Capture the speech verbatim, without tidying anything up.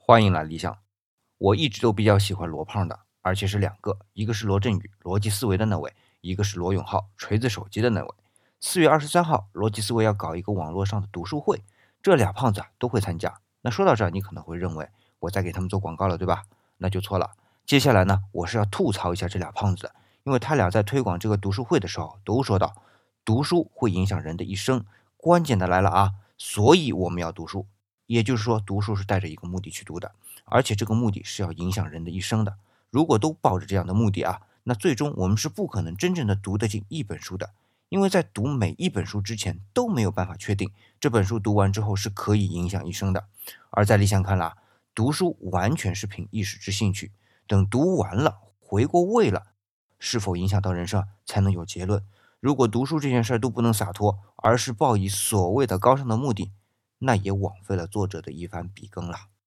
欢迎来理想。我一直都比较喜欢罗胖的，而且是两个，一个是罗振宇逻辑思维的那位，一个是罗永浩锤子手机的那位。四月二十三号，逻辑思维要搞一个网络上的读书会，这俩胖子啊都会参加。那说到这儿，你可能会认为我在给他们做广告了，对吧？那就错了。接下来呢，我是要吐槽一下这俩胖子的，因为他俩在推广这个读书会的时候都说到，读书会影响人的一生。关键的来了啊，所以我们要读书。也就是说，读书是带着一个目的去读的，而且这个目的是要影响人的一生的。如果都抱着这样的目的啊，那最终我们是不可能真正的读得进一本书的，因为在读每一本书之前都没有办法确定这本书读完之后是可以影响一生的。而在理想看来，读书完全是凭一时之兴趣，等读完了，回过味了，是否影响到人生才能有结论。如果读书这件事都不能洒脱，而是抱以所谓的高尚的目的，那也枉费了作者的一番笔耕了。